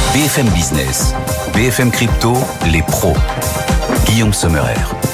BFM Business, BFM Crypto, les pros. Guillaume Sommerer.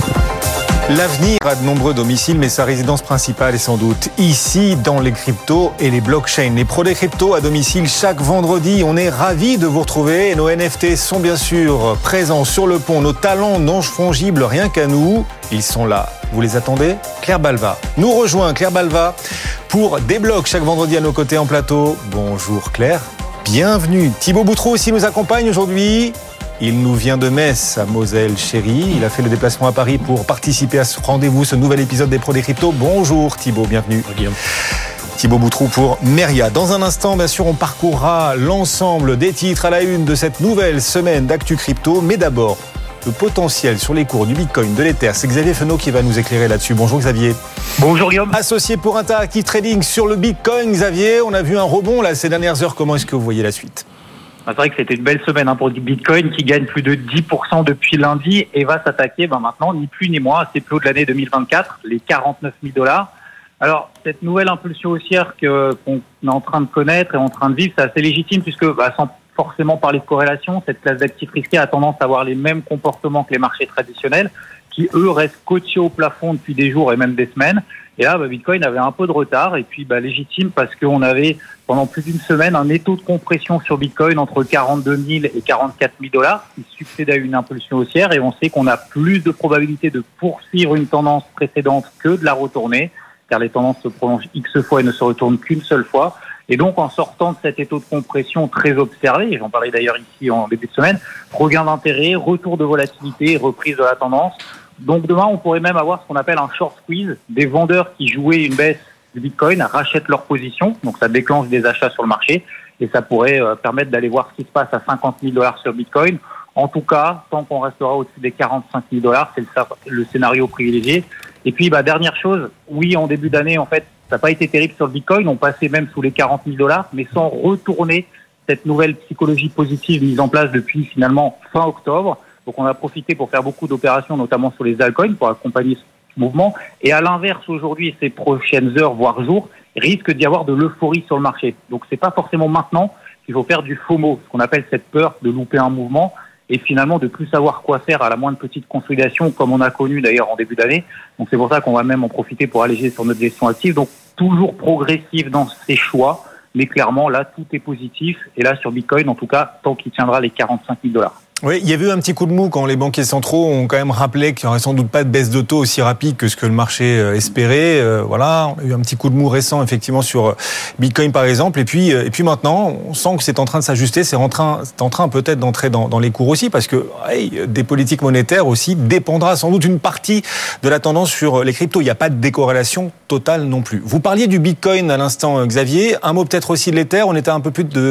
L'avenir a de nombreux domiciles, mais sa résidence principale est sans doute ici, dans les cryptos et les blockchains. Les pros des cryptos à domicile chaque vendredi. On est ravis de vous retrouver. Et nos NFT sont bien sûr présents sur le pont. Nos talents non fongibles, rien qu'à nous. Ils sont là. Vous les attendez ? Claire Balva nous rejoint. Claire Balva pour Débloque chaque vendredi à nos côtés en plateau. Bonjour Claire, bienvenue. Thibaut Boutreau aussi nous accompagne aujourd'hui. Il nous vient de Metz, à Moselle-Chérie. Il a fait le déplacement à Paris pour participer à ce rendez-vous, ce nouvel épisode des Pros des Cryptos. Bonjour Thibaut, bienvenue. Guillaume. Thibaut Boutreau pour Meria. Dans un instant, bien sûr, on parcourra l'ensemble des titres à la une de cette nouvelle semaine d'Actu Crypto. Mais d'abord, le potentiel sur les cours du Bitcoin, de l'Ether. C'est Xavier Fenot qui va nous éclairer là-dessus. Bonjour Xavier. Bonjour Guillaume. Associé pour Interactive Trading sur le Bitcoin. Xavier, on a vu un rebond là ces dernières heures. Comment est-ce que vous voyez la suite ? C'est vrai que c'était une belle semaine pour du Bitcoin qui gagne plus de 10% depuis lundi et va s'attaquer maintenant, ni plus ni moins, à ses plus hauts de l'année 2024, les 49 000 $. Alors, cette nouvelle impulsion haussière qu'on est en train de connaître et en train de vivre, c'est assez légitime puisque, sans forcément parler de corrélation, cette classe d'actifs risqués a tendance à avoir les mêmes comportements que les marchés traditionnels qui, eux, restent coachés au plafond depuis des jours et même des semaines. Et là, Bitcoin avait un peu de retard et puis légitime parce qu'on avait pendant plus d'une semaine un étau de compression sur Bitcoin entre 42 000 et 44 000 $ qui succède à une impulsion haussière et on sait qu'on a plus de probabilité de poursuivre une tendance précédente que de la retourner car les tendances se prolongent X fois et ne se retournent qu'une seule fois. Et donc, en sortant de cet étau de compression très observé, et j'en parlais d'ailleurs ici en début de semaine, regain d'intérêt, retour de volatilité, reprise de la tendance. Donc demain, on pourrait même avoir ce qu'on appelle un short squeeze. Des vendeurs qui jouaient une baisse du Bitcoin rachètent leur position. Donc ça déclenche des achats sur le marché et ça pourrait permettre d'aller voir ce qui se passe à 50 000 $ sur Bitcoin. En tout cas, tant qu'on restera au-dessus des 45 000 $, c'est le scénario privilégié. Et puis, dernière chose, oui, en début d'année, en fait, ça n'a pas été terrible sur le Bitcoin. On passait même sous les 40 000 $, mais sans retourner cette nouvelle psychologie positive mise en place depuis finalement fin octobre. Donc on a profité pour faire beaucoup d'opérations, notamment sur les altcoins, pour accompagner ce mouvement. Et à l'inverse, aujourd'hui et ces prochaines heures, voire jours, risque d'y avoir de l'euphorie sur le marché. Donc c'est pas forcément maintenant qu'il faut faire du FOMO, ce qu'on appelle cette peur de louper un mouvement et finalement de plus savoir quoi faire à la moindre petite consolidation, comme on a connu d'ailleurs en début d'année. Donc c'est pour ça qu'on va même en profiter pour alléger sur notre gestion active. Donc toujours progressif dans ses choix, mais clairement là tout est positif. Et là sur Bitcoin, en tout cas, tant qu'il tiendra les 45 000 $. Oui, il y a eu un petit coup de mou quand les banquiers centraux ont quand même rappelé qu'il n'y aurait sans doute pas de baisse de taux aussi rapide que ce que le marché espérait. Voilà, on a eu un petit coup de mou récent effectivement sur Bitcoin par exemple. Et puis maintenant, on sent que c'est en train de s'ajuster, c'est en train peut-être d'entrer dans les cours aussi parce que des politiques monétaires aussi dépendra sans doute une partie de la tendance sur les cryptos. Il n'y a pas de décorrélation totale non plus. Vous parliez du Bitcoin à l'instant, Xavier. Un mot peut-être aussi de l'Ether. On était à un peu plus de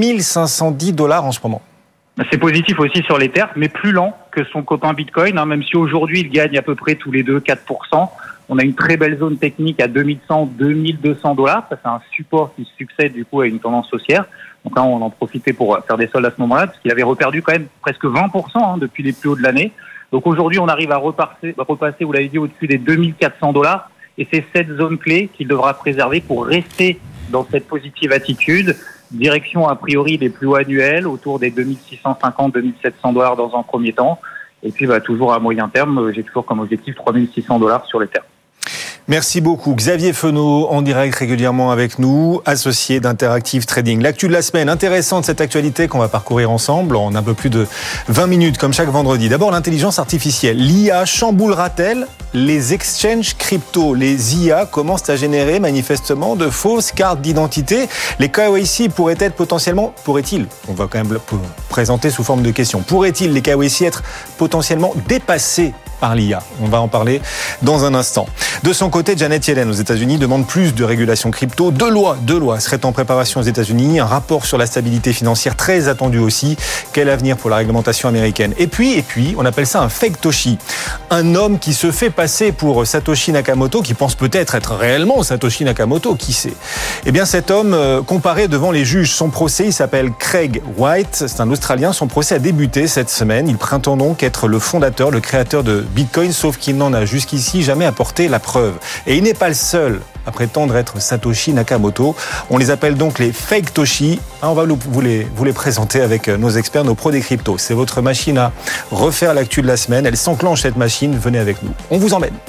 2510 $ en ce moment. C'est positif aussi sur l'Ether, mais plus lent que son copain Bitcoin, même si aujourd'hui il gagne à peu près tous les deux 4%. On a une très belle zone technique à 2100-2200 $. Ça, c'est un support qui succède du coup à une tendance haussière. Donc là, on en profitait pour faire des soldes à ce moment-là, parce qu'il avait reperdu quand même presque 20% depuis les plus hauts de l'année. Donc aujourd'hui, on arrive à repasser, vous l'avez dit, au-dessus des 2400 $. Et c'est cette zone clé qu'il devra préserver pour rester dans cette positive attitude. Direction a priori des plus hauts annuels, autour des 2650-2700 $ dans un premier temps. Et puis toujours à moyen terme, j'ai toujours comme objectif 3600 $ sur l'Ether. Merci beaucoup. Xavier Fenot, en direct régulièrement avec nous, associé d'Interactive Trading. L'actu de la semaine, intéressante cette actualité qu'on va parcourir ensemble en un peu plus de 20 minutes, comme chaque vendredi. D'abord, l'intelligence artificielle. L'IA chamboulera-t-elle les exchanges crypto? Les IA commencent à générer manifestement de fausses cartes d'identité. Les KYC pourraient-ils, on va quand même le présenter sous forme de question, pourraient-ils les KYC être potentiellement dépassés par l'IA? On va en parler dans un instant. De son côté, Janet Yellen aux États-Unis demande plus de régulation crypto. Deux lois seraient en préparation aux États-Unis. Un rapport sur la stabilité financière très attendu aussi. Quel avenir pour la réglementation américaine? Et puis, on appelle ça un fake Toshi. Un homme qui se fait passer pour Satoshi Nakamoto, qui pense peut-être être réellement Satoshi Nakamoto, qui sait? Eh bien, cet homme comparé devant les juges. Son procès, il s'appelle Craig White. C'est un Australien. Son procès a débuté cette semaine. Il prétend donc être le créateur de Bitcoin, sauf qu'il n'en a jusqu'ici jamais apporté la preuve. Et il n'est pas le seul prétendre être Satoshi Nakamoto. On les appelle donc les fake Toshi. On va vous les présenter avec nos experts, nos pros des cryptos. C'est votre machine à refaire l'actu de la semaine. Elle s'enclenche cette machine. Venez avec nous. On vous emmène.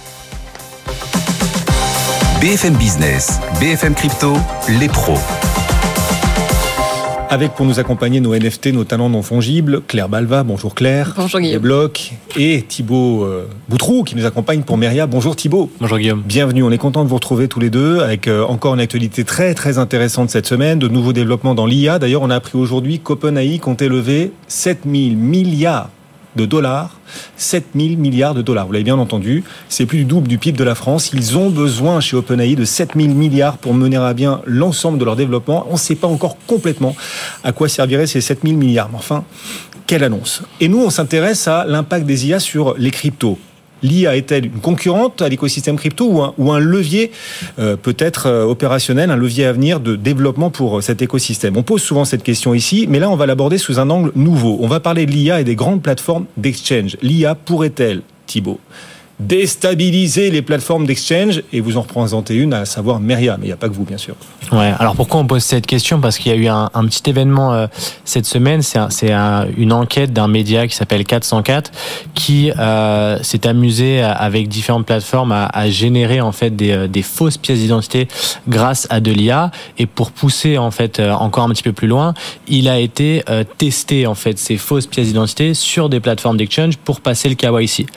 BFM Business, BFM Crypto, les pros. Avec pour nous accompagner nos NFT, nos talents non fongibles, Claire Balva, bonjour Claire. Bonjour Guillaume. Blocs et Thibaut Boutroux qui nous accompagne pour Meria. Bonjour Thibaut. Bonjour Guillaume. Bienvenue, on est content de vous retrouver tous les deux avec encore une actualité très très intéressante cette semaine, de nouveaux développements dans l'IA. D'ailleurs, on a appris aujourd'hui qu'OpenAI comptait lever 7 000 milliards de dollars. 7 000 milliards de dollars. Vous l'avez bien entendu, c'est plus du double du PIB de la France. Ils ont besoin chez OpenAI de 7 000 milliards pour mener à bien l'ensemble de leur développement. On ne sait pas encore complètement à quoi serviraient ces 7 000 milliards. Mais enfin, quelle annonce. Et nous, on s'intéresse à l'impact des IA sur les cryptos. L'IA est-elle une concurrente à l'écosystème crypto ou un levier peut-être opérationnel, un levier à venir de développement pour cet écosystème? On pose souvent cette question ici, mais là on va l'aborder sous un angle nouveau. On va parler de l'IA et des grandes plateformes d'exchange. L'IA pourrait-elle, Thibaut, déstabiliser les plateformes d'exchange? Et vous en représentez une, à savoir Meria, mais il n'y a pas que vous, bien sûr. Ouais. Alors pourquoi on pose cette question? Parce qu'il y a eu un petit événement cette semaine. C'est une enquête d'un média qui s'appelle 404 qui s'est amusé avec différentes plateformes à générer en fait des fausses pièces d'identité grâce à de l'IA. Et pour pousser en fait encore un petit peu plus loin, il a été testé en fait ces fausses pièces d'identité sur des plateformes d'exchange pour passer le KYC.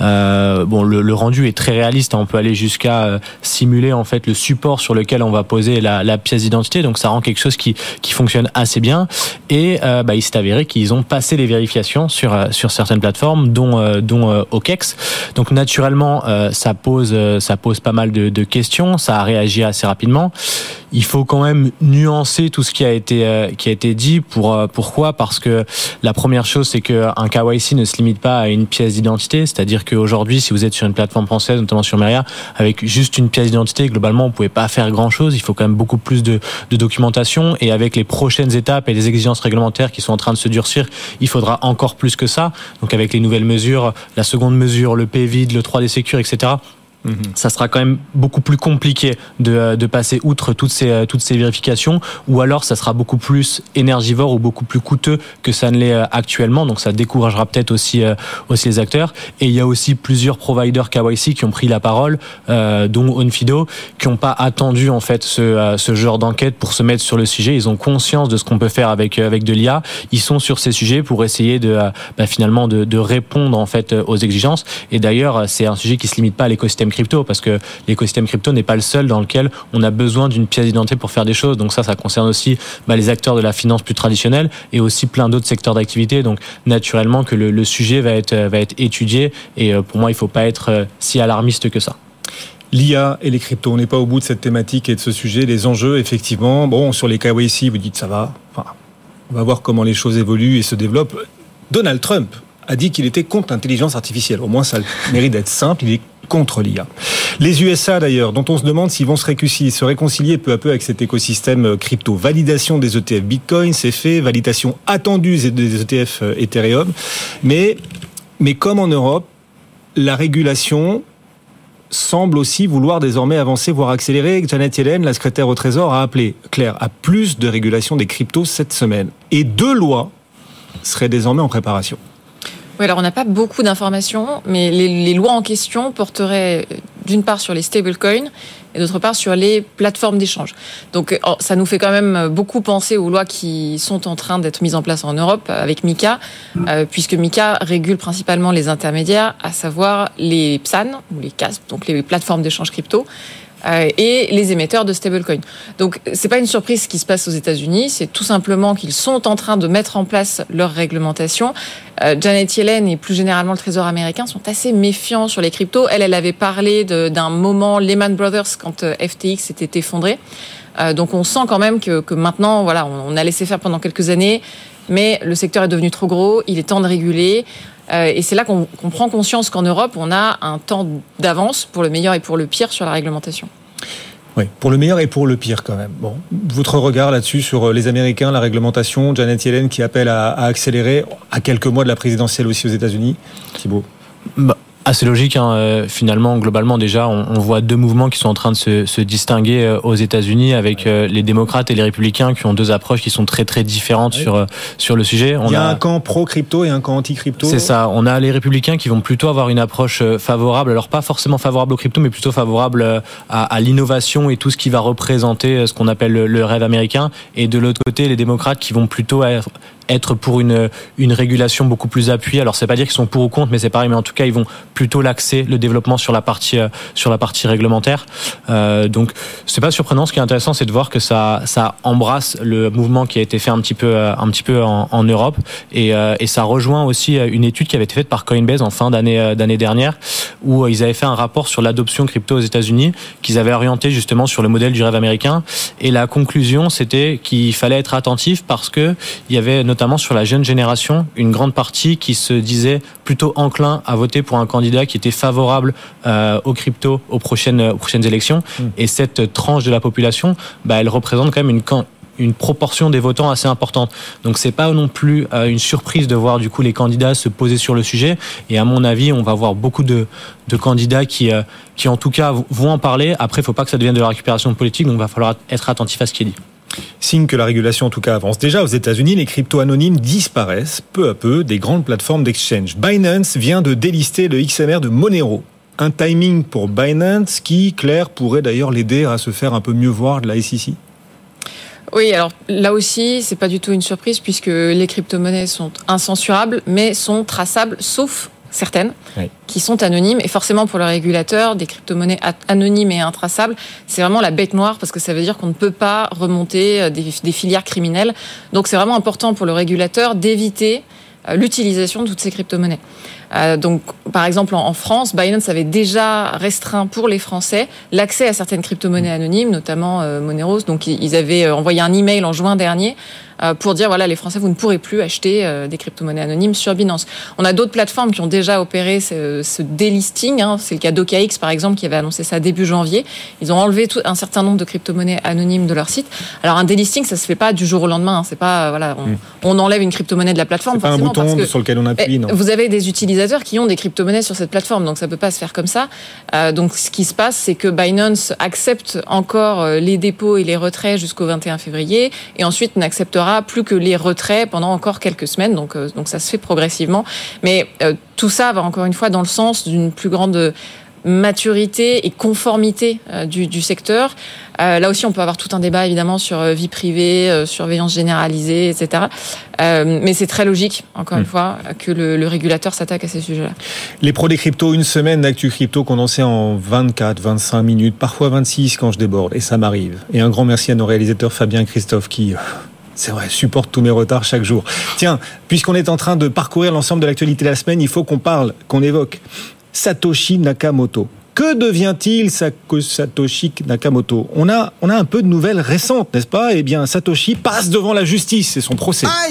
Bon, le rendu est très réaliste. On peut aller jusqu'à simuler en fait le support sur lequel on va poser la pièce d'identité. Donc ça rend quelque chose qui fonctionne assez bien. Et il s'est avéré qu'ils ont passé les vérifications sur certaines plateformes, dont OKEx. Donc naturellement, ça pose pas mal de questions. Ça a réagi assez rapidement. Il faut quand même nuancer tout ce qui a été dit. Pourquoi? Parce que la première chose, c'est que un KYC ne se limite pas à une pièce d'identité. C'est-à-dire qu'aujourd'hui, si vous êtes sur une plateforme française, notamment sur Meria, avec juste une pièce d'identité, globalement, vous pouvez pas faire grand-chose. Il faut quand même beaucoup plus de documentation. Et avec les prochaines étapes et les exigences réglementaires qui sont en train de se durcir, il faudra encore plus que ça. Donc avec les nouvelles mesures, la seconde mesure, le PVID, le 3D Secure, etc., ça sera quand même beaucoup plus compliqué de passer outre toutes ces vérifications, ou alors ça sera beaucoup plus énergivore ou beaucoup plus coûteux que ça ne l'est actuellement. Donc ça découragera peut-être aussi les acteurs. Et il y a aussi plusieurs providers KYC qui ont pris la parole, dont Onfido, qui n'ont pas attendu en fait ce genre d'enquête pour se mettre sur le sujet. Ils ont conscience de ce qu'on peut faire avec de l'IA. Ils sont sur ces sujets pour essayer finalement de répondre en fait aux exigences. Et d'ailleurs, c'est un sujet qui se limite pas à l'écosystème crypto, parce que l'écosystème crypto n'est pas le seul dans lequel on a besoin d'une pièce d'identité pour faire des choses. Donc ça concerne aussi les acteurs de la finance plus traditionnelle et aussi plein d'autres secteurs d'activité. Donc naturellement que le sujet va être étudié, et pour moi il faut pas être si alarmiste que ça. L'IA et les cryptos, on n'est pas au bout de cette thématique et de ce sujet. Les enjeux, effectivement, sur les KYC, vous dites ça va. Enfin, on va voir comment les choses évoluent et se développent. Donald Trump a dit qu'il était contre l'intelligence artificielle. Au moins, ça mérite d'être simple. Il est contre l'IA. Les USA, d'ailleurs, dont on se demande s'ils vont se réconcilier peu à peu avec cet écosystème crypto. Validation des ETF Bitcoin, c'est fait. Validation attendue des ETF Ethereum. Mais comme en Europe, la régulation semble aussi vouloir désormais avancer, voire accélérer. Janet Yellen, la secrétaire au Trésor, a appelé, Claire, à plus de régulation des cryptos cette semaine. Et 2 lois seraient désormais en préparation. Oui, alors on n'a pas beaucoup d'informations, mais les lois en question porteraient d'une part sur les stablecoins et d'autre part sur les plateformes d'échange. Donc ça nous fait quand même beaucoup penser aux lois qui sont en train d'être mises en place en Europe avec MiCA, puisque MiCA régule principalement les intermédiaires, à savoir les PSAN, ou les CASP, donc les plateformes d'échange crypto, et les émetteurs de stablecoins. Donc c'est pas une surprise ce qui se passe aux États-Unis, c'est tout simplement qu'ils sont en train de mettre en place leur réglementation. Janet Yellen et plus généralement le Trésor américain sont assez méfiants sur les cryptos. Elle avait parlé d'un moment Lehman Brothers quand FTX s'était effondré. Donc on sent quand même que maintenant, voilà, on a laissé faire pendant quelques années, mais le secteur est devenu trop gros, il est temps de réguler. Et c'est là qu'on prend conscience qu'en Europe, on a un temps d'avance pour le meilleur et pour le pire sur la réglementation. Oui, pour le meilleur et pour le pire quand même. Bon, votre regard là-dessus sur les Américains, la réglementation, Janet Yellen qui appelle à accélérer à quelques mois de la présidentielle aussi aux États-Unis, Thibaut. Assez logique, hein. Finalement, globalement, déjà, on voit deux mouvements qui sont en train de se distinguer aux États-Unis avec les démocrates et les républicains qui ont deux approches qui sont très très différentes sur le sujet. Il y a un camp pro-crypto et un camp anti-crypto. C'est ça. On a les républicains qui vont plutôt avoir une approche favorable, alors pas forcément favorable aux crypto, mais plutôt favorable à l'innovation et tout ce qui va représenter ce qu'on appelle le rêve américain. Et de l'autre côté, les démocrates qui vont plutôt être pour une régulation beaucoup plus appuyée. Alors c'est pas dire qu'ils sont pour ou contre, mais c'est pareil, mais en tout cas ils vont plutôt l'axer le développement sur la partie réglementaire. Donc c'est pas surprenant. Ce qui est intéressant, c'est de voir que ça embrasse le mouvement qui a été fait un petit peu en Europe, et ça rejoint aussi une étude qui avait été faite par Coinbase en fin d'année dernière, où ils avaient fait un rapport sur l'adoption crypto aux États-Unis qu'ils avaient orienté justement sur le modèle du rêve américain, et la conclusion c'était qu'il fallait être attentif parce que il y avait notamment sur la jeune génération une grande partie qui se disait plutôt enclin à voter pour un candidat qui était favorable aux cryptos aux prochaines élections. Et cette tranche de la population, elle représente quand même une proportion des votants assez importante. Donc c'est pas non plus une surprise de voir du coup les candidats se poser sur le sujet, et à mon avis on va voir beaucoup de candidats qui en tout cas vont en parler. Après il faut pas que ça devienne de la récupération politique, donc il va falloir être attentif à ce qui est dit. Signe que la régulation en tout cas avance. Déjà aux États-Unis, les cryptos anonymes disparaissent peu à peu des grandes plateformes d'exchange. Binance vient de délister le XMR de Monero. Un timing pour Binance qui, Claire, pourrait d'ailleurs l'aider à se faire un peu mieux voir de la SEC. Oui, alors là aussi, c'est pas du tout une surprise puisque les crypto-monnaies sont incensurables, mais sont traçables, sauf certaines qui sont anonymes. Et forcément, pour le régulateur, des crypto-monnaies anonymes et intraçables, c'est vraiment la bête noire parce que ça veut dire qu'on ne peut pas remonter des filières criminelles. Donc, c'est vraiment important pour le régulateur d'éviter l'utilisation de toutes ces crypto-monnaies. Donc, par exemple, en France, Binance avait déjà restreint pour les Français l'accès à certaines crypto-monnaies anonymes, notamment Monero. Donc, ils avaient envoyé un email en juin dernier pour dire, voilà, les Français, vous ne pourrez plus acheter des crypto-monnaies anonymes sur Binance. On a d'autres plateformes qui ont déjà opéré ce délisting. C'est le cas d'OKX, par exemple, qui avait annoncé ça début janvier. Ils ont enlevé un certain nombre de crypto-monnaies anonymes de leur site. Alors, un délisting, ça se fait pas du jour au lendemain. C'est pas, voilà, on enlève une crypto-monnaie de la plateforme. C'est pas un bouton sur lequel on appuie, non. Vous avez des utilisateurs qui ont des crypto-monnaies sur cette plateforme, donc ça peut pas se faire comme ça. Donc, ce qui se passe, c'est que Binance accepte encore les dépôts et les retraits jusqu'au 21 février, et ensuite n'acceptera plus que les retraits pendant encore quelques semaines. Donc ça se fait progressivement. Mais tout ça va encore une fois dans le sens d'une plus grande maturité et conformité du secteur. Là aussi, on peut avoir tout un débat évidemment sur vie privée, surveillance généralisée, etc. Mais c'est très logique, encore une fois, que le régulateur s'attaque à ces sujets-là. Les pros des cryptos, une semaine d'actu crypto condensée en 24, 25 minutes, parfois 26 quand je déborde, et ça m'arrive. Et un grand merci à nos réalisateurs Fabien et Christophe qui... C'est vrai, supporte tous mes retards chaque jour. Tiens, puisqu'on est en train de parcourir l'ensemble de l'actualité de la semaine, il faut qu'on évoque Satoshi Nakamoto. Que devient-il Satoshi Nakamoto ? On a un peu de nouvelles récentes, n'est-ce pas ? Eh bien, Satoshi passe devant la justice, c'est son procès. Aïe !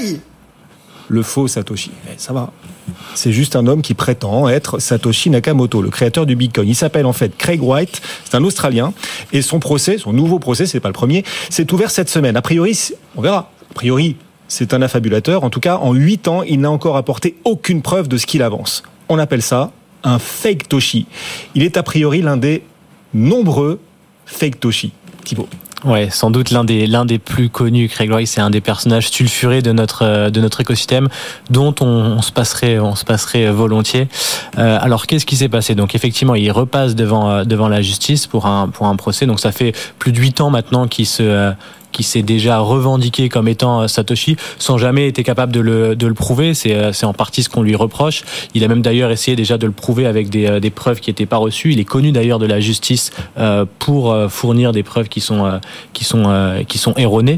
Le faux Satoshi. Ça va. C'est juste un homme qui prétend être Satoshi Nakamoto, le créateur du Bitcoin. Il s'appelle en fait Craig Wright, c'est un Australien, et son nouveau procès, c'est pas le premier, c'est ouvert cette semaine. A priori, on verra. A priori, c'est un affabulateur. En tout cas, en 8 ans, il n'a encore apporté aucune preuve de ce qu'il avance. On appelle ça un fake Toshi. Il est a priori l'un des nombreux fake Toshi. Thibaut. Ouais, sans doute l'un des plus connus. Craig Wright, c'est un des personnages sulfurés de notre écosystème, dont on se passerait volontiers. Alors, qu'est-ce qui s'est passé ? Donc, effectivement, il repasse devant la justice pour un procès. Donc, ça fait plus de 8 ans maintenant qu'il s'est déjà revendiqué comme étant Satoshi, sans jamais été capable de le prouver. C'est en partie ce qu'on lui reproche. Il a même d'ailleurs essayé déjà de le prouver avec des preuves qui n'étaient pas reçues. Il est connu d'ailleurs de la justice pour fournir des preuves qui sont erronées.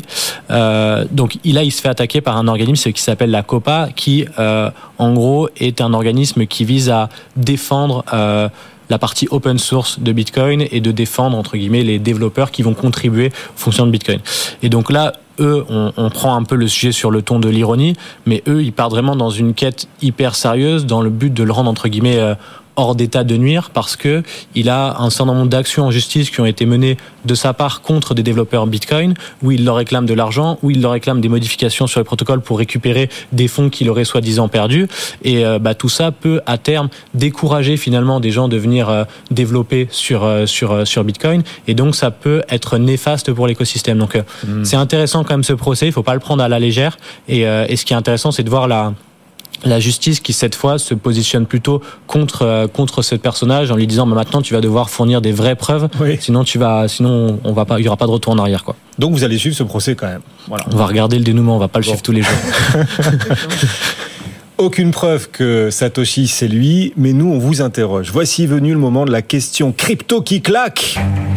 Donc il se fait attaquer par un organisme qui s'appelle la COPA, qui en gros est un organisme qui vise à défendre la partie open source de Bitcoin et de défendre, entre guillemets, les développeurs qui vont contribuer au fonctionnement de Bitcoin. Et donc là, eux, on prend un peu le sujet sur le ton de l'ironie, mais eux, ils partent vraiment dans une quête hyper sérieuse dans le but de le rendre, entre guillemets, hors d'état de nuire parce que il a un certain nombre d'actions en justice qui ont été menées de sa part contre des développeurs Bitcoin, où il leur réclame de l'argent, où il leur réclame des modifications sur les protocoles pour récupérer des fonds qu'il aurait soi-disant perdus. Et tout ça peut à terme décourager finalement des gens de venir développer sur Bitcoin. Et donc ça peut être néfaste pour l'écosystème. Donc c'est intéressant quand même ce procès. Il faut pas le prendre à la légère. Et ce qui est intéressant, c'est de voir la justice qui cette fois se positionne plutôt contre ce personnage en lui disant maintenant tu vas devoir fournir des vraies preuves, sinon on va pas, il y aura pas de retour en arrière quoi. Donc vous allez suivre ce procès quand même. Voilà. On va regarder le dénouement, on va pas le suivre tous les jours. Aucune preuve que Satoshi c'est lui, mais nous on vous interroge. Voici venu le moment de la question crypto qui claque.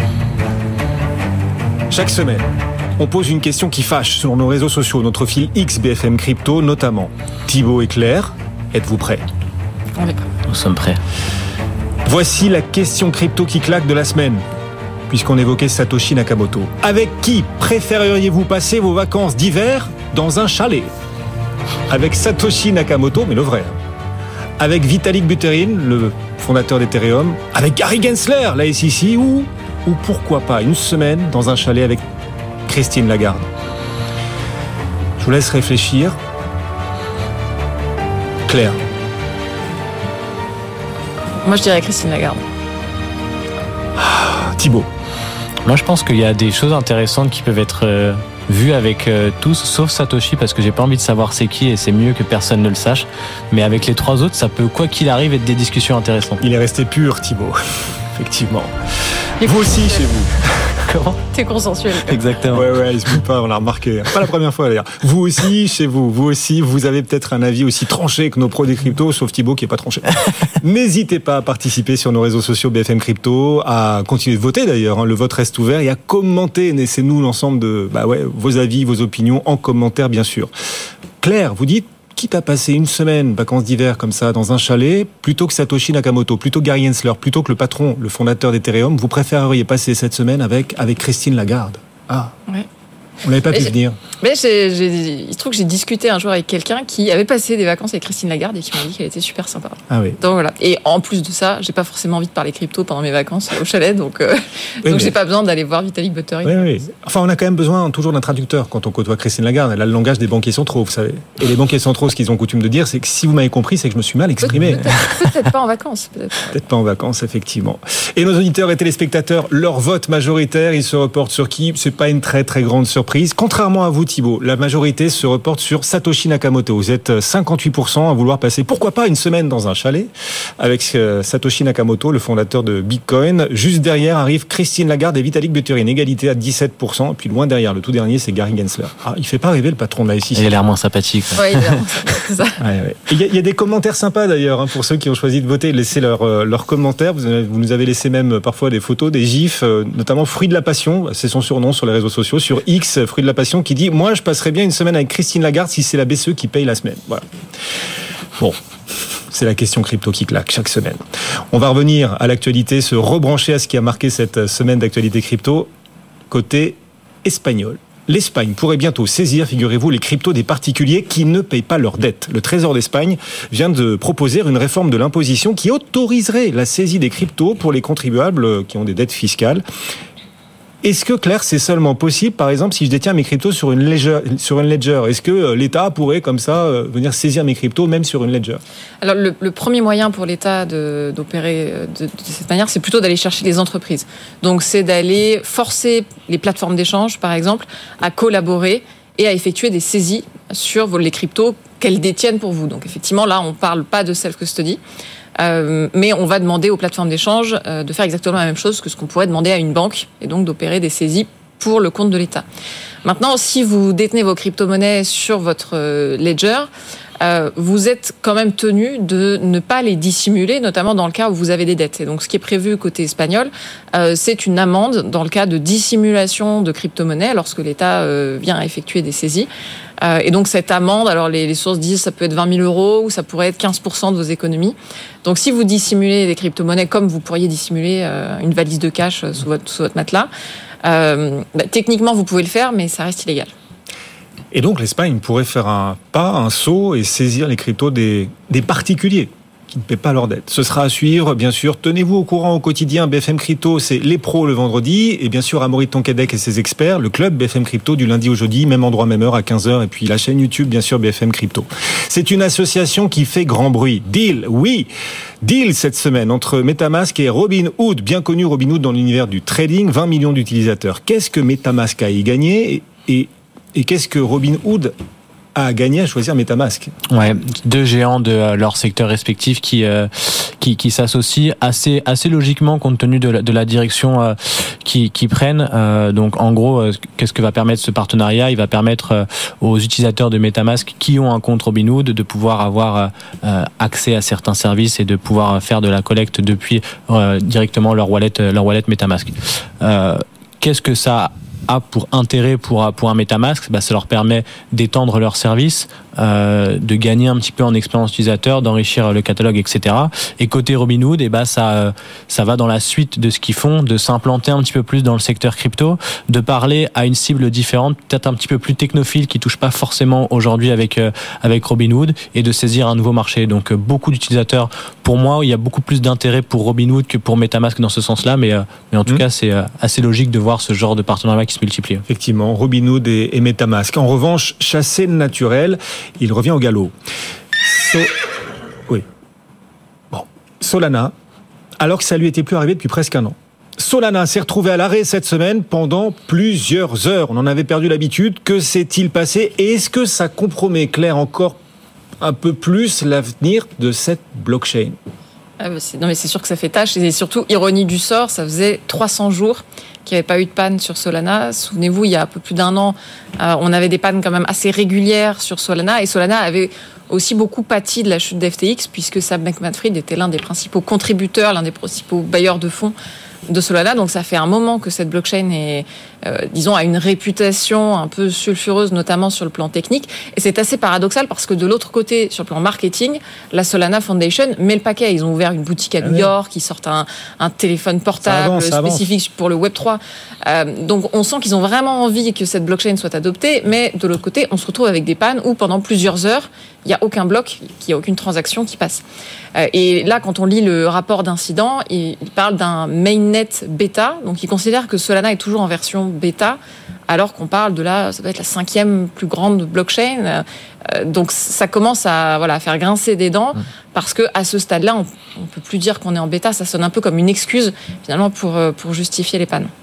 Chaque semaine, on pose une question qui fâche sur nos réseaux sociaux, notre fil X BFM Crypto notamment. Thibaut et Claire, êtes-vous prêts ? On est prêts. Nous sommes prêts. Voici la question crypto qui claque de la semaine, puisqu'on évoquait Satoshi Nakamoto. Avec qui préféreriez-vous passer vos vacances d'hiver dans un chalet ? Avec Satoshi Nakamoto, mais le vrai. Avec Vitalik Buterin, le fondateur d'Ethereum. Avec Gary Gensler, la SEC, ou pourquoi pas une semaine dans un chalet avec Christine Lagarde. Je vous laisse réfléchir. Claire. Moi, je dirais Christine Lagarde. Thibaut. Moi, je pense qu'il y a des choses intéressantes qui peuvent être vues avec tous, sauf Satoshi, parce que j'ai pas envie de savoir c'est qui et c'est mieux que personne ne le sache. Mais avec les trois autres, ça peut, quoi qu'il arrive, être des discussions intéressantes. Il est resté pur, Thibaut. Effectivement. Vous aussi, chez vous. Comment ? T'es consensuel. Exactement. Ouais, il se peut pas, on l'a remarqué. Pas la première fois d'ailleurs. Vous aussi, chez vous, vous avez peut-être un avis aussi tranché que nos pros des cryptos, sauf Thibaut qui est pas tranché. N'hésitez pas à participer sur nos réseaux sociaux BFM Crypto, à continuer de voter d'ailleurs, le vote reste ouvert, et à commenter, laissez-nous l'ensemble de vos avis, vos opinions en commentaire bien sûr. Claire, vous dites, quitte à passer une semaine, vacances d'hiver comme ça, dans un chalet, plutôt que Satoshi Nakamoto, plutôt que Gary Gensler, plutôt que le patron, le fondateur d'Ethereum, vous préféreriez passer cette semaine avec Christine Lagarde. Ah. Ouais. On l'avait pas pu venir. Mais il se trouve que j'ai discuté un jour avec quelqu'un qui avait passé des vacances avec Christine Lagarde et qui m'a dit qu'elle était super sympa. Ah oui. Donc voilà. Et en plus de ça, j'ai pas forcément envie de parler crypto pendant mes vacances au chalet, donc j'ai pas besoin d'aller voir Vitalik Buterin. Oui. Enfin, on a quand même besoin toujours d'un traducteur quand on côtoie Christine Lagarde. Elle a le langage des banquiers centraux, vous savez. Et les banquiers centraux, ce qu'ils ont coutume de dire, c'est que si vous m'avez compris, c'est que je me suis mal exprimé. Peut-être pas en vacances. Peut-être pas en vacances, effectivement. Et nos auditeurs et téléspectateurs, leur vote majoritaire, il se reporte sur qui ? C'est pas une très très grande surprise. Contrairement à vous, Thibaut, la majorité se reporte sur Satoshi Nakamoto. Vous êtes 58% à vouloir passer, pourquoi pas, une semaine dans un chalet avec Satoshi Nakamoto, le fondateur de Bitcoin. Juste derrière arrivent Christine Lagarde et Vitalik Buterin, égalité à 17%. Et puis loin derrière, le tout dernier, c'est Gary Gensler. Ah, il fait pas rêver le patron de la SEC. Il a l'air moins sympathique. Ouais, il a l'air moins sympathique, c'est ça. Ouais. Il y a des commentaires sympas d'ailleurs, pour ceux qui ont choisi de voter. Laissez leurs commentaires. Vous nous avez laissé même parfois des photos, des gifs, notamment Fruit de la Passion, c'est son surnom sur les réseaux sociaux, sur X, Fruit de la Passion, qui dit « Moi, je passerais bien une semaine avec Christine Lagarde si c'est la BCE qui paye la semaine. » Voilà. Bon, c'est la question crypto qui claque chaque semaine. On va revenir à l'actualité, se rebrancher à ce qui a marqué cette semaine d'actualité crypto, côté espagnol. L'Espagne pourrait bientôt saisir, figurez-vous, les cryptos des particuliers qui ne payent pas leurs dettes. Le Trésor d'Espagne vient de proposer une réforme de l'imposition qui autoriserait la saisie des cryptos pour les contribuables qui ont des dettes fiscales. Est-ce que, Claire, c'est seulement possible, par exemple, si je détiens mes cryptos sur une ledger? Est-ce que l'État pourrait, comme ça, venir saisir mes cryptos, même sur une ledger? Alors, le premier moyen pour l'État d'opérer de cette manière, c'est plutôt d'aller chercher les entreprises. Donc, c'est d'aller forcer les plateformes d'échange, par exemple, à collaborer et à effectuer des saisies sur les cryptos qu'elles détiennent pour vous. Donc, effectivement, là, on ne parle pas de self-custody. Mais on va demander aux plateformes d'échange de faire exactement la même chose que ce qu'on pourrait demander à une banque, et donc d'opérer des saisies pour le compte de l'État. Maintenant, si vous détenez vos crypto-monnaies sur votre ledger, vous êtes quand même tenu de ne pas les dissimuler, notamment dans le cas où vous avez des dettes. Et donc, ce qui est prévu côté espagnol, c'est une amende dans le cas de dissimulation de crypto-monnaies lorsque l'État vient effectuer des saisies. Et donc, cette amende, alors les sources disent ça peut être 20 000 euros ou ça pourrait être 15% de vos économies. Donc, si vous dissimulez des crypto-monnaies comme vous pourriez dissimuler une valise de cash sous votre matelas, techniquement, vous pouvez le faire, mais ça reste illégal. Et donc l'Espagne pourrait faire un saut et saisir les cryptos des particuliers qui ne paient pas leurs dettes. Ce sera à suivre, bien sûr. Tenez-vous au courant au quotidien. BFM Crypto, c'est les pros le vendredi. Et bien sûr, Amaury Tonquédec et ses experts. Le club BFM Crypto du lundi au jeudi, même endroit, même heure à 15h. Et puis la chaîne YouTube, bien sûr, BFM Crypto. C'est une association qui fait grand bruit. Deal, oui. Deal cette semaine entre MetaMask et Robinhood. Bien connu Robinhood dans l'univers du trading. 20 millions d'utilisateurs. Qu'est-ce que MetaMask a y gagné et qu'est-ce que Robinhood a gagné à choisir MetaMask? Ouais, deux géants de leur secteur respectif qui s'associent assez logiquement compte tenu de la direction qu'ils prennent. Donc en gros, qu'est-ce que va permettre ce partenariat? Il va permettre aux utilisateurs de MetaMask qui ont un compte Robinhood de pouvoir avoir accès à certains services et de pouvoir faire de la collecte depuis directement leur wallet MetaMask. Qu'est-ce que ça a pour intérêt pour un MetaMask? Ça leur permet d'étendre leurs services, de gagner un petit peu en expérience utilisateur, d'enrichir le catalogue, etc. Et côté Robinhood, ça va dans la suite de ce qu'ils font, de s'implanter un petit peu plus dans le secteur crypto, de parler à une cible différente, peut-être un petit peu plus technophile, qui touche pas forcément aujourd'hui avec Robinhood, et de saisir un nouveau marché. Donc beaucoup d'utilisateurs. Pour moi, il y a beaucoup plus d'intérêt pour Robinhood que pour MetaMask dans ce sens-là, mais en tout cas, c'est assez logique de voir ce genre de partenariat qui se multiplie. Effectivement, Robinhood et MetaMask. En revanche, chasser le naturel, il revient au galop. Oui. Bon. Solana, alors que ça lui était plus arrivé depuis presque un an. Solana s'est retrouvé à l'arrêt cette semaine pendant plusieurs heures. On en avait perdu l'habitude. Que s'est-il passé? Et est-ce que ça compromet, Claire, encore un peu plus l'avenir de cette blockchain? Non mais c'est sûr que ça fait tâche, et surtout, ironie du sort, ça faisait 300 jours qu'il n'y avait pas eu de panne sur Solana. Souvenez-vous, il y a un peu plus d'un an, on avait des pannes quand même assez régulières sur Solana, et Solana avait aussi beaucoup pâti de la chute d'FTX, puisque Sam Bankman-Fried était l'un des principaux contributeurs, l'un des principaux bailleurs de fonds de Solana. Donc ça fait un moment que cette blockchain est, a une réputation un peu sulfureuse, notamment sur le plan technique. Et c'est assez paradoxal parce que de l'autre côté, sur le plan marketing, la Solana Foundation met le paquet. Ils ont ouvert une boutique à New York, ils sortent un téléphone portable spécifique pour le Web3. Donc on sent qu'ils ont vraiment envie que cette blockchain soit adoptée, mais de l'autre côté, on se retrouve avec des pannes où pendant plusieurs heures, il n'y a aucun bloc, il n'y a aucune transaction qui passe. Et là, quand on lit le rapport d'incident, il parle d'un mainnet bêta. Donc il considère que Solana est toujours en version bêta, alors qu'on parle ça doit être la 5e plus grande blockchain. Donc ça commence à faire grincer des dents, parce que à ce stade-là, on peut plus dire qu'on est en bêta. Ça sonne un peu comme une excuse finalement pour justifier les pannes.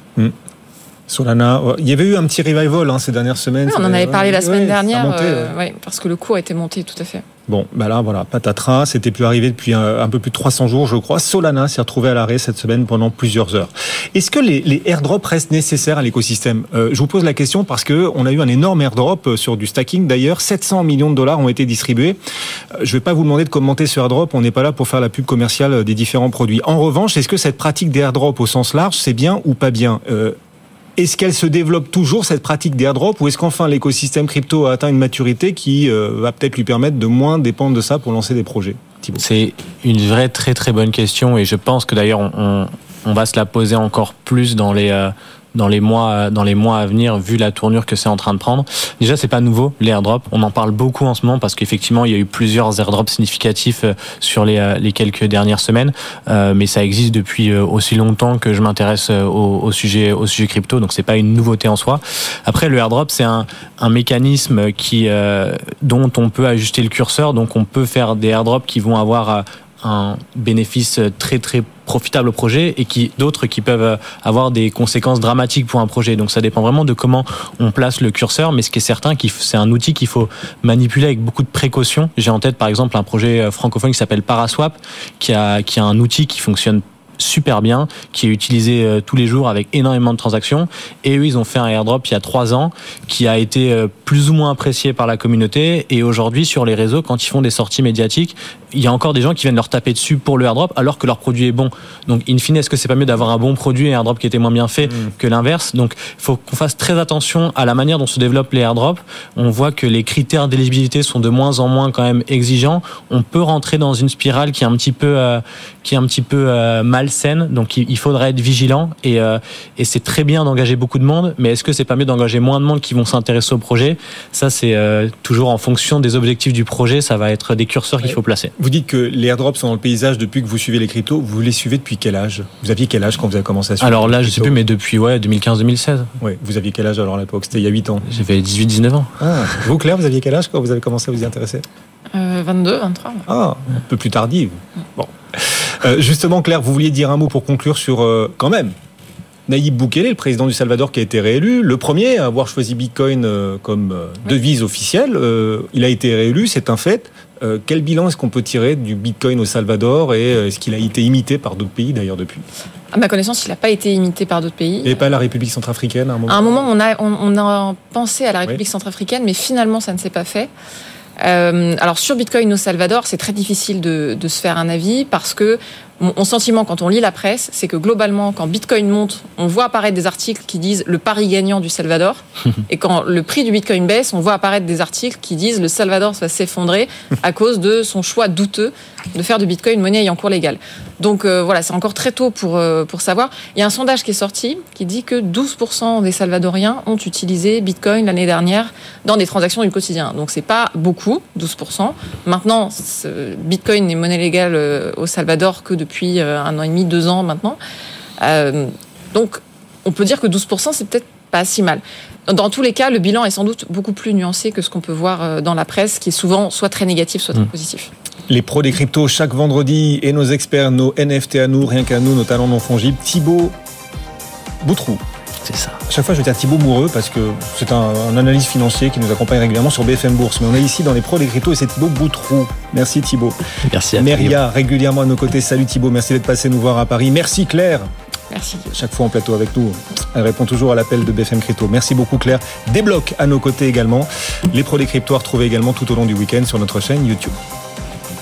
Solana, il y avait eu un petit revival ces dernières semaines. Oui, on en avait parlé la semaine dernière, parce que le cours était monté, tout à fait. Bon, là, patatras, c'était plus arrivé depuis un peu plus de 300 jours, je crois. Solana s'est retrouvé à l'arrêt cette semaine pendant plusieurs heures. Est-ce que les airdrops restent nécessaires à l'écosystème? Je vous pose la question parce que on a eu un énorme airdrop sur du stacking. D'ailleurs, 700 millions de dollars ont été distribués. Je vais pas vous demander de commenter ce airdrop. On n'est pas là pour faire la pub commerciale des différents produits. En revanche, est-ce que cette pratique des airdrops au sens large, c'est bien ou pas bien? Est-ce qu'elle se développe toujours, cette pratique d'airdrop, ou est-ce qu'enfin l'écosystème crypto a atteint une maturité qui va peut-être lui permettre de moins dépendre de ça pour lancer des projets? Thibaut. C'est une vraie très très bonne question, et je pense que d'ailleurs on va se la poser encore plus dans les mois à venir, vu la tournure que c'est en train de prendre. Déjà, c'est pas nouveau, les airdrops. On en parle beaucoup en ce moment parce qu'effectivement, il y a eu plusieurs airdrops significatifs sur les quelques dernières semaines. Mais ça existe depuis aussi longtemps que je m'intéresse au sujet crypto. Donc, c'est pas une nouveauté en soi. Après, le airdrop, c'est un mécanisme dont on peut ajuster le curseur. Donc, on peut faire des airdrops qui vont avoir un bénéfice très très profitable au projet, et d'autres qui peuvent avoir des conséquences dramatiques pour un projet. Donc ça dépend vraiment de comment on place le curseur, mais ce qui est certain, c'est un outil qu'il faut manipuler avec beaucoup de précaution. J'ai en tête par exemple un projet francophone qui s'appelle Paraswap, qui a un outil qui fonctionne super bien, qui est utilisé tous les jours avec énormément de transactions, et eux ils ont fait un airdrop il y a 3 ans qui a été plus ou moins apprécié par la communauté, et aujourd'hui sur les réseaux, quand ils font des sorties médiatiques, il y a encore des gens qui viennent leur taper dessus pour le airdrop alors que leur produit est bon. Donc in fine, est-ce que c'est pas mieux d'avoir un bon produit et un airdrop qui était moins bien fait que l'inverse? Donc il faut qu'on fasse très attention à la manière dont se développent les airdrops. On voit que les critères d'éligibilité sont de moins en moins quand même exigeants. On peut rentrer dans une spirale qui est un petit peu malsaine malsaine, donc il faudra être vigilant et c'est très bien d'engager beaucoup de monde, mais est-ce que c'est pas mieux d'engager moins de monde qui vont s'intéresser au projet? Ça, c'est toujours en fonction des objectifs du projet, ça va être des curseurs qu'il faut placer. Vous dites que les airdrops sont dans le paysage depuis que vous suivez les cryptos. Vous les suivez depuis quel âge? Vous aviez quel âge quand vous avez commencé à suivre? Alors là, je sais plus, mais depuis 2015-2016. Oui, vous aviez quel âge alors à l'époque? C'était il y a 8 ans. J'avais 18-19 ans. Ah. Vous, Claire, vous aviez quel âge quand vous avez commencé à vous y intéresser? 22, 23. Ah, un peu plus tardive. Bon. Justement, Claire, vous vouliez dire un mot pour conclure sur, quand même, Nayib Bukele, le président du Salvador qui a été réélu, le premier à avoir choisi Bitcoin comme devise officielle. Il a été réélu, c'est un fait. Quel bilan est-ce qu'on peut tirer du Bitcoin au Salvador et est-ce qu'il a été imité par d'autres pays d'ailleurs depuis? À ma connaissance, il n'a pas été imité par d'autres pays. Et pas la République centrafricaine à un moment? À un moment, on a pensé à la République centrafricaine, mais finalement, ça ne s'est pas fait. Alors sur Bitcoin au Salvador, c'est très difficile de se faire un avis parce que mon sentiment quand on lit la presse, c'est que globalement, quand Bitcoin monte, on voit apparaître des articles qui disent le pari gagnant du Salvador, et quand le prix du Bitcoin baisse, on voit apparaître des articles qui disent le Salvador va s'effondrer à cause de son choix douteux de faire du Bitcoin une monnaie ayant cours légal. Donc voilà, c'est encore très tôt pour savoir. Il y a un sondage qui est sorti qui dit que 12% des Salvadoriens ont utilisé Bitcoin l'année dernière dans des transactions du quotidien. Donc c'est pas beaucoup, 12%. Maintenant, Bitcoin est monnaie légale au Salvador que depuis 1 an et demi, 2 ans maintenant. Donc on peut dire que 12%, c'est peut-être pas si mal. Dans tous les cas, le bilan est sans doute beaucoup plus nuancé que ce qu'on peut voir dans la presse, qui est souvent soit très négatif, soit très positif. Les pros des cryptos chaque vendredi et nos experts, nos NFT à nous, rien qu'à nous, nos talents non fongibles. Thibaut Boutroux. C'est ça. À chaque fois, je vais dire Thibaut Moureux parce que c'est un analyste financier qui nous accompagne régulièrement sur BFM Bourse. Mais on est ici dans les pros des cryptos et c'est Thibaut Boutroux. Merci Thibaut. Merci à Neria, régulièrement à nos côtés. Salut Thibaut, merci d'être passé nous voir à Paris. Merci Claire. Merci. Chaque fois en plateau avec nous, elle répond toujours à l'appel de BFM Crypto. Merci beaucoup Claire. Débloque à nos côtés également. Les pros des cryptos à retrouver également tout au long du week-end sur notre chaîne YouTube.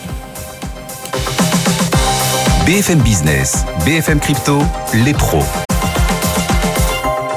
BFM Business, BFM Crypto, les pros.